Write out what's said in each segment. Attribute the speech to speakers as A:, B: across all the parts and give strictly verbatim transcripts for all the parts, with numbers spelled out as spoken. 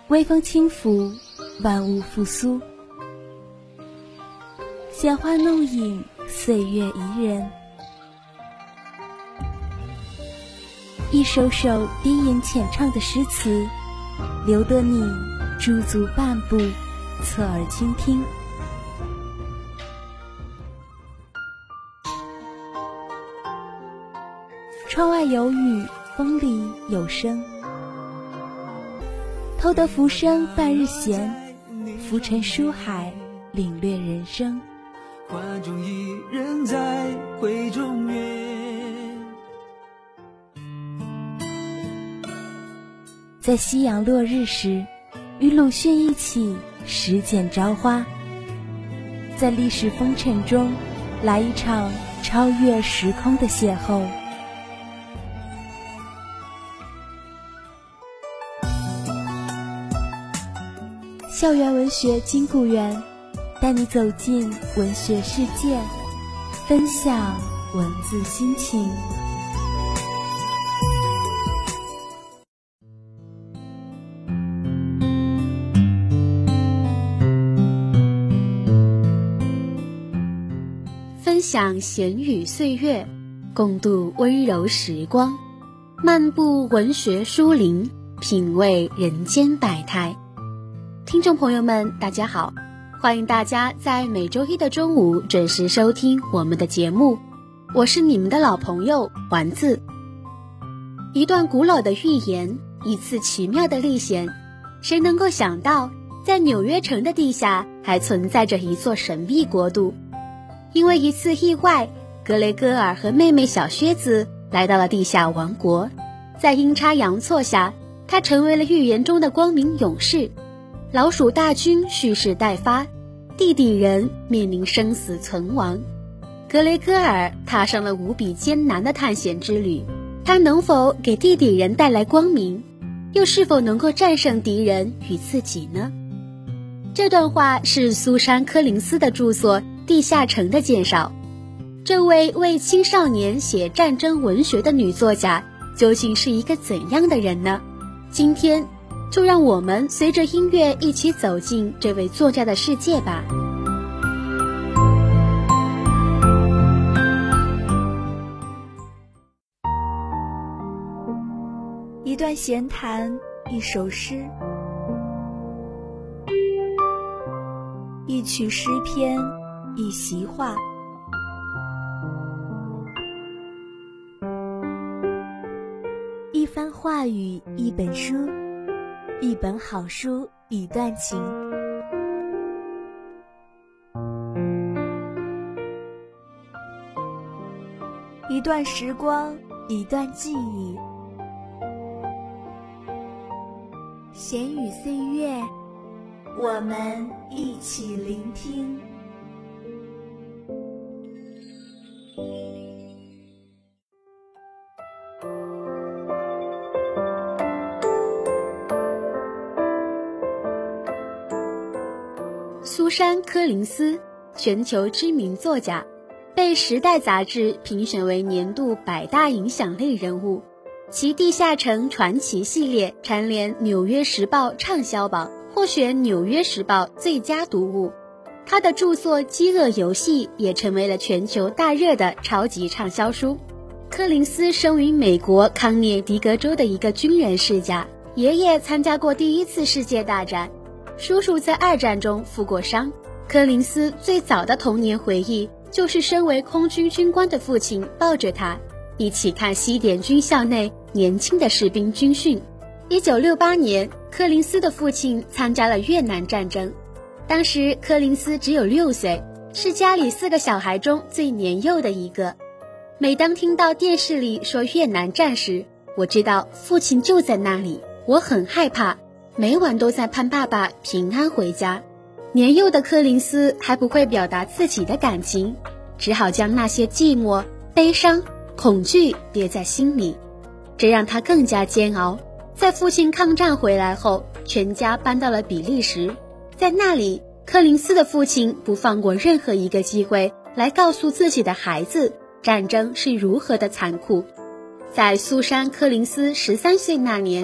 A: 微风轻拂，万物复苏。闲话弄影，岁月宜人。一首首低吟浅唱的诗词，留得你驻足半步，侧耳倾听。窗外有雨，风里有声。偷得浮生半日闲，浮沉书海，领略人生。
B: 画中一人在会中月。
A: 在夕阳落日时，与鲁迅一起拾捡朝花，在历史风尘中来一场超越时空的邂逅。校园文学金谷园，带你走进文学世界，分享文字心情。
C: 分享闲语岁月，共度温柔时光，漫步文学书林，品味人间百态。听众朋友们，大家好，欢迎大家在每周一的中午准时收听我们的节目，我是你们的老朋友丸子。一段古老的寓言，一次奇妙的历险，谁能够想到，在纽约城的地下还存在着一座神秘国度？因为一次意外，格雷戈尔和妹妹小靴子来到了地下王国，在阴差阳错下，他成为了预言中的光明勇士。老鼠大军蓄势待发，地底人面临生死存亡。格雷戈尔踏上了无比艰难的探险之旅，他能否给地底人带来光明，又是否能够战胜敌人与自己呢？这段话是苏珊·柯林斯的著作《地下城》的介绍。这位为青少年写战争文学的女作家究竟是一个怎样的人呢？今天就让我们随着音乐一起走进这位作家的世界吧。
D: 一段闲谈，一首诗，一曲诗篇，一席话。
A: 一番话语，一本书，一本好书，一段情。
D: 一段时光，一段记忆。
A: 闲语岁月，我们一起聆听。
C: 苏珊·柯林斯，全球知名作家，被《时代》杂志评选为年度百大影响力人物。其《地下城传奇》系列蝉联《纽约时报》畅销榜，获选《纽约时报》最佳读物。他的著作《饥饿游戏》也成为了全球大热的超级畅销书。柯林斯生于美国康涅狄格州的一个军人世家，爷爷参加过第一次世界大战，叔叔在二战中负过伤。柯林斯最早的童年回忆就是身为空军军官的父亲抱着他一起看西点军校内年轻的士兵军训。一九六八年，柯林斯的父亲参加了越南战争，当时柯林斯只有六岁，是家里四个小孩中最年幼的一个。每当听到电视里说越南战时，我知道父亲就在那里，我很害怕，每晚都在盼爸爸平安回家。年幼的柯林斯还不会表达自己的感情，只好将那些寂寞、悲伤、恐惧憋在心里，这让他更加煎熬。在父亲抗战回来后，全家搬到了比利时，在那里，柯林斯的父亲不放过任何一个机会来告诉自己的孩子战争是如何的残酷。在苏珊·柯林斯十三岁那年，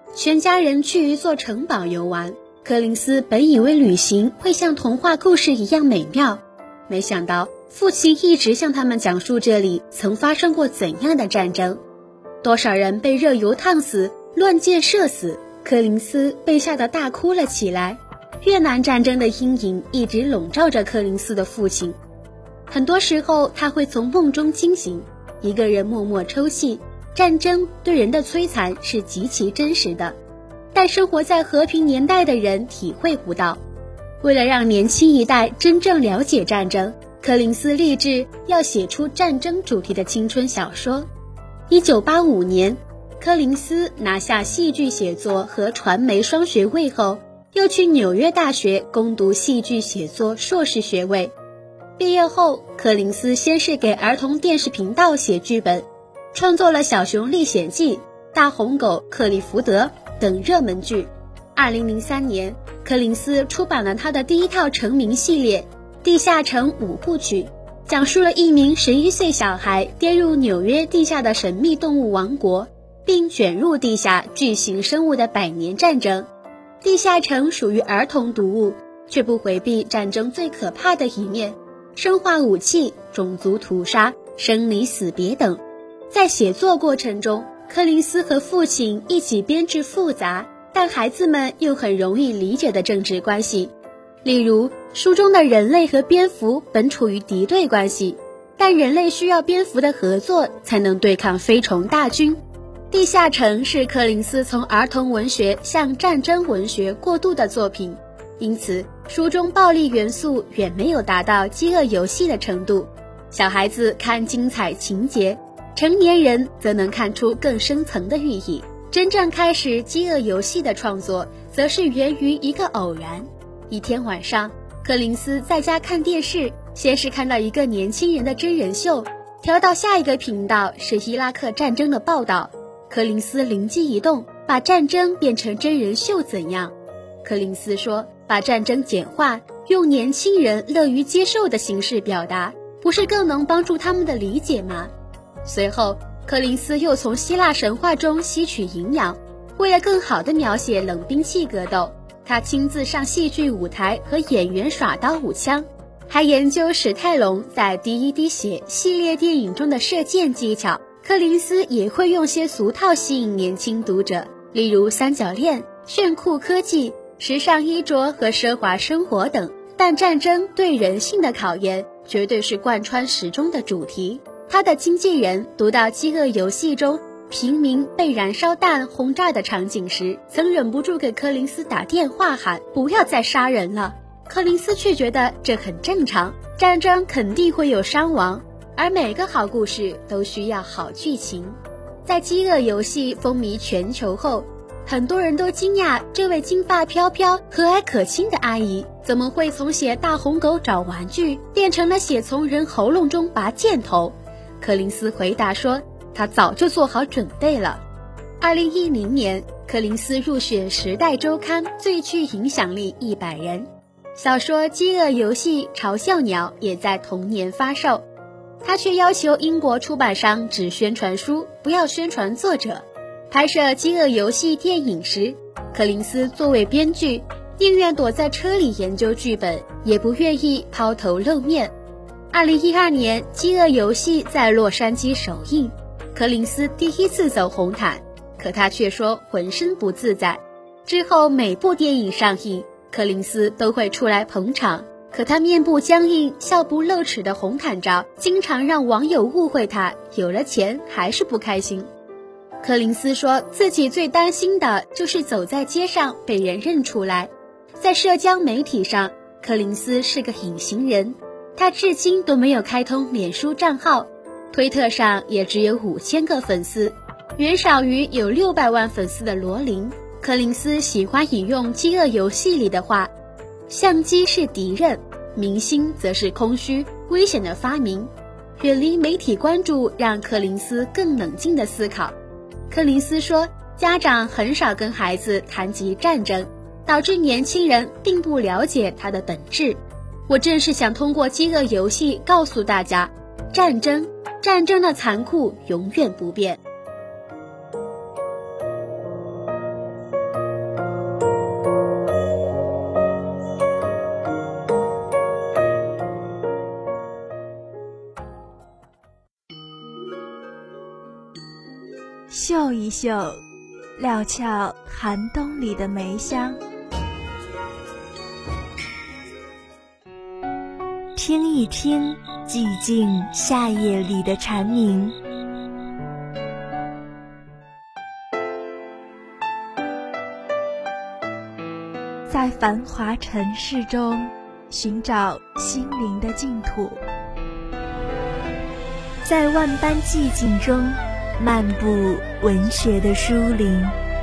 C: 全家人去一座城堡游玩。柯林斯本以为旅行会像童话故事一样美妙，没想到父亲一直向他们讲述这里曾发生过怎样的战争，多少人被热油烫死，乱箭射死。柯林斯被吓得大哭了起来。越南战争的阴影一直笼罩着柯林斯的父亲，很多时候他会从梦中惊醒，一个人默默抽泣。战争对人的摧残是极其真实的，但生活在和平年代的人体会不到。为了让年轻一代真正了解战争，柯林斯立志要写出战争主题的青春小说。一九八五年，柯林斯拿下戏剧写作和传媒双学位后，又去纽约大学攻读戏剧写作硕士学位。毕业后，柯林斯先是给儿童电视频道写剧本，创作了《小熊历险记》、《大红狗克利福德》等热门剧。二零零三年，柯林斯出版了他的第一套成名系列《地下城五部曲》，讲述了一名十一岁小孩跌入纽约地下的神秘动物王国，并卷入地下巨型生物的百年战争。地下城属于儿童读物，却不回避战争最可怕的一面，生化武器、种族屠杀、生离死别等。在写作过程中，柯林斯和父亲一起编制复杂但孩子们又很容易理解的政治关系。例如，书中的人类和蝙蝠本处于敌对关系，但人类需要蝙蝠的合作才能对抗飞虫大军。地下城是柯林斯从儿童文学向战争文学过渡的作品，因此书中暴力元素远没有达到饥饿游戏的程度。小孩子看精彩情节，成年人则能看出更深层的寓意。真正开始饥饿游戏的创作，则是源于一个偶然。一天晚上，柯林斯在家看电视，先是看到一个年轻人的真人秀，调到下一个频道是伊拉克战争的报道。柯林斯灵机一动，把战争变成真人秀怎样？柯林斯说，把战争简化，用年轻人乐于接受的形式表达，不是更能帮助他们的理解吗？随后，柯林斯又从希腊神话中吸取营养，为了更好地描写冷兵器格斗，他亲自上戏剧舞台和演员耍刀舞枪，还研究史泰龙在《第一滴血》系列电影中的射箭技巧。柯林斯也会用些俗套吸引年轻读者，例如三角恋、炫酷科技、时尚衣着和奢华生活等。但战争对人性的考验绝对是贯穿始终的主题。他的经纪人读到饥饿游戏中平民被燃烧弹轰炸的场景时，曾忍不住给柯林斯打电话喊不要再杀人了。柯林斯却觉得这很正常，战争肯定会有伤亡，而每个好故事都需要好剧情。在饥饿游戏风靡全球后，很多人都惊讶这位金发飘飘、和蔼可亲的阿姨怎么会从写大红狗找玩具变成了写从人喉咙中拔箭头。柯林斯回答说，他早就做好准备了。二零一零年，柯林斯入选《时代周刊》最具影响力一百人。小说《饥饿游戏》嘲笑鸟也在同年发售，他却要求英国出版商只宣传书，不要宣传作者。拍摄《饥饿游戏》电影时，柯林斯作为编剧，宁愿躲在车里研究剧本，也不愿意抛头露面。二零一二年，《饥饿游戏》在洛杉矶首映，柯林斯第一次走红毯，可他却说浑身不自在。之后每部电影上映，柯林斯都会出来捧场，可他面部僵硬、笑不露齿的红毯照经常让网友误会他有了钱还是不开心。柯林斯说自己最担心的就是走在街上被人认出来。在社交媒体上，柯林斯是个隐形人，他至今都没有开通脸书账号，推特上也只有五千个粉丝，远少于有六百万粉丝的罗琳。柯林斯喜欢引用《饥饿游戏》里的话，相机是敌人，明星则是空虚危险的发明。远离媒体关注让柯林斯更冷静地思考。柯林斯说，家长很少跟孩子谈及战争，导致年轻人并不了解它的本质。我正是想通过饥饿游戏告诉大家，战争，战争的残酷永远不变。
D: 衣袖，料峭寒冬里的梅香。听一听寂静夏夜里的蝉鸣。在繁华尘世中寻找心灵的净土，在万般寂静中漫步文学的书林。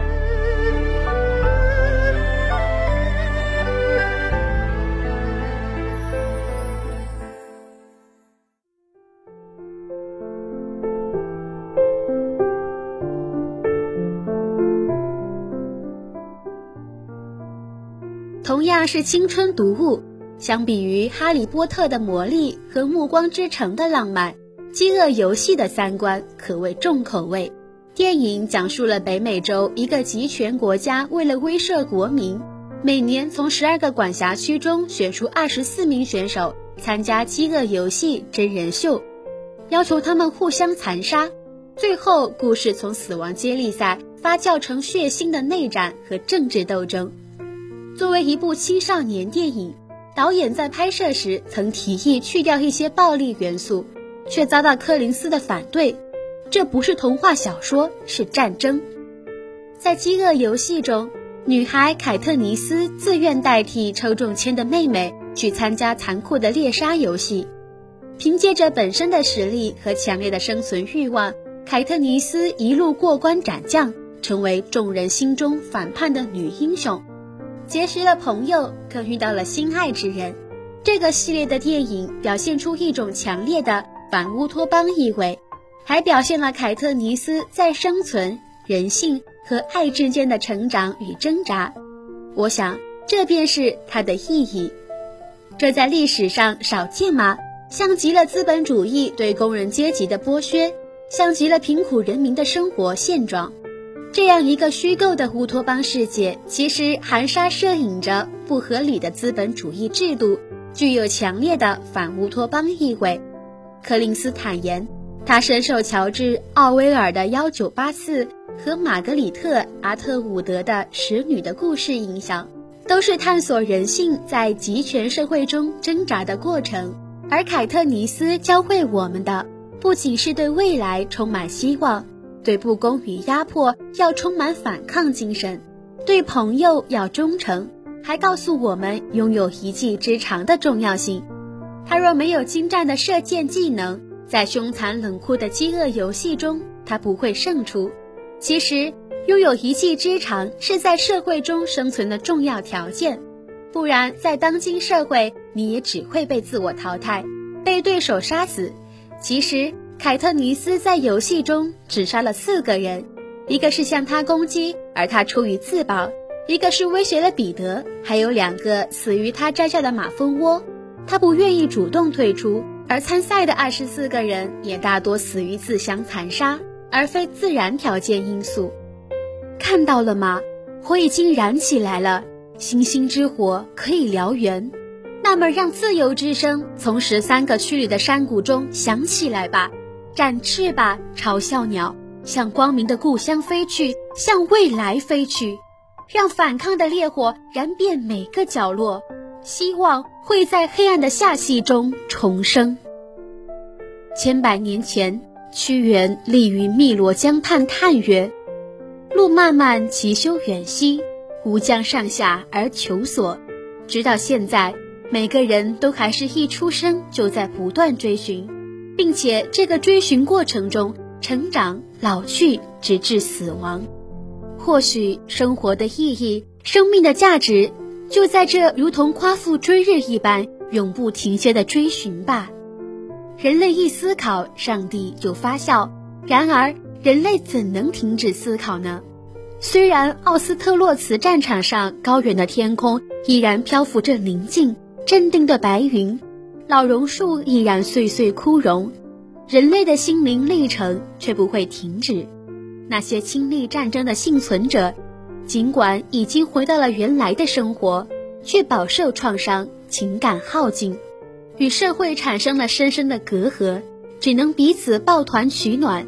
C: 同样是青春读物，相比于哈利波特的魔力和暮光之城的浪漫，饥饿游戏的三观可谓重口味。电影讲述了北美洲一个集权国家为了威慑国民，每年从十二个管辖区中选出二十四名选手参加饥饿游戏真人秀，要求他们互相残杀，最后故事从死亡接力赛发酵成血腥的内战和政治斗争。作为一部青少年电影，导演在拍摄时曾提议去掉一些暴力元素，却遭到柯林斯的反对。这不是童话小说，是战争。在饥饿游戏中，女孩凯特尼斯自愿代替抽中签的妹妹去参加残酷的猎杀游戏。凭借着本身的实力和强烈的生存欲望，凯特尼斯一路过关斩将，成为众人心中反叛的女英雄。结识了朋友，更遇到了心爱之人。这个系列的电影表现出一种强烈的反乌托邦意味，还表现了凯特尼斯在生存、人性和爱之间的成长与挣扎。我想，这便是它的意义。这在历史上少见吗？像极了资本主义对工人阶级的剥削，像极了贫苦人民的生活现状。这样一个虚构的乌托邦世界，其实含沙射影着不合理的资本主义制度，具有强烈的反乌托邦意味。柯林斯坦言，他深受乔治·奥威尔的一九八四和玛格丽特·阿特伍德的《使女的故事》影响，都是探索人性在集权社会中挣扎的过程。而凯特尼斯教会我们的，不仅是对未来充满希望，对不公与压迫要充满反抗精神，对朋友要忠诚，还告诉我们拥有一技之长的重要性。他若没有精湛的射箭技能，在凶残冷酷的饥饿游戏中，他不会胜出。其实，拥有一技之长是在社会中生存的重要条件，不然在当今社会，你也只会被自我淘汰，被对手杀死。其实凯特尼斯在游戏中只杀了四个人，一个是向他攻击，而他出于自保；一个是威胁了彼得，还有两个死于他摘下的马蜂窝。他不愿意主动退出，而参赛的二十四个人也大多死于自相残杀，而非自然条件因素。看到了吗？火已经燃起来了，星星之火可以燎原。那么让自由之声从十三个区里的山谷中响起来吧，展翅吧，嘲笑鸟，向光明的故乡飞去，向未来飞去，让反抗的烈火燃遍每个角落，希望会在黑暗的夏季中重生。千百年前，屈原立于汨罗江畔叹曰：路漫漫其修远兮，吾将上下而求索。直到现在，每个人都还是一出生就在不断追寻，并且这个追寻过程中成长、老去，直至死亡。或许生活的意义、生命的价值，就在这如同夸父追日一般永不停歇的追寻吧。人类一思考，上帝就发笑，然而人类怎能停止思考呢？虽然奥斯特洛茨战场上高远的天空依然漂浮着宁静镇定的白云，老榕树依然岁岁枯荣，人类的心灵历程却不会停止。那些亲历战争的幸存者，尽管已经回到了原来的生活，却饱受创伤，情感耗尽，与社会产生了深深的隔阂，只能彼此抱团取暖，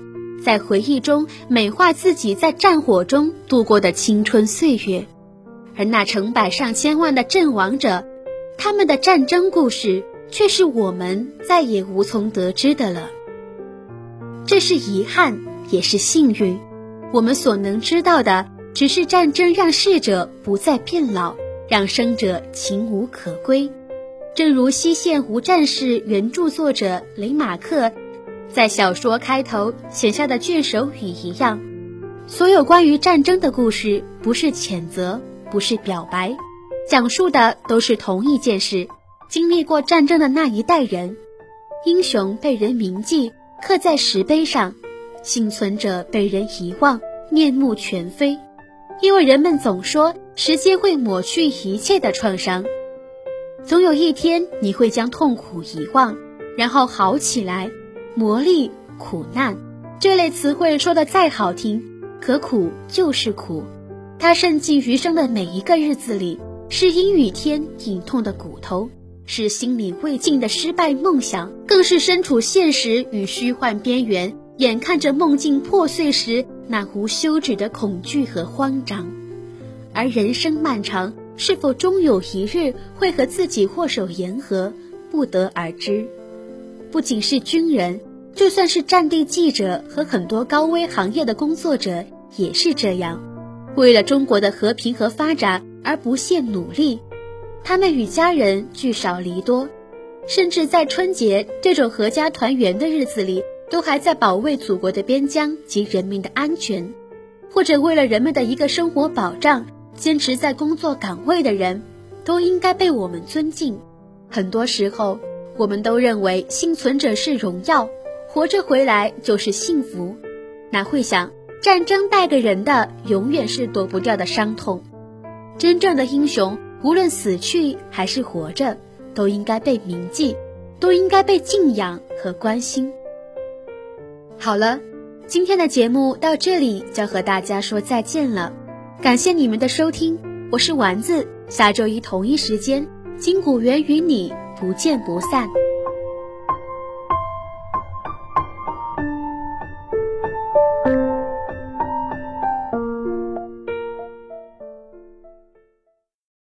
C: 在回忆中美化自己在战火中度过的青春岁月，而那成百上千万的阵亡者，他们的战争故事却是我们再也无从得知的了。这是遗憾，也是幸运。我们所能知道的，只是战争让逝者不再变老，让生者情无可归。正如《西线无战事》原著作者雷马克在小说开头写下的卷首语一样，所有关于战争的故事不是谴责，不是表白，讲述的都是同一件事。经历过战争的那一代人，英雄被人铭记，刻在石碑上，幸存者被人遗忘，面目全非。因为人们总说时间会抹去一切的创伤，总有一天你会将痛苦遗忘，然后好起来。磨砺、苦难这类词汇说得再好听，可苦就是苦。它渗进余生的每一个日子里，是阴雨天隐痛的骨头，是心里未尽的失败梦想，更是身处现实与虚幻边缘，眼看着梦境破碎时那无休止的恐惧和慌张。而人生漫长，是否终有一日会和自己握手言和，不得而知。不仅是军人，就算是战地记者和很多高危行业的工作者也是这样，为了中国的和平和发展而不懈努力。他们与家人聚少离多，甚至在春节这种合家团圆的日子里，都还在保卫祖国的边疆及人民的安全。或者为了人们的一个生活保障，坚持在工作岗位的人，都应该被我们尊敬。很多时候我们都认为幸存者是荣耀，活着回来就是幸福，哪会想战争带给人的永远是躲不掉的伤痛。真正的英雄，无论死去还是活着，都应该被铭记，都应该被敬仰和关心。好了，今天的节目到这里就要和大家说再见了，感谢你们的收听，我是丸子，下周一同一时间，金谷园与你不见不散。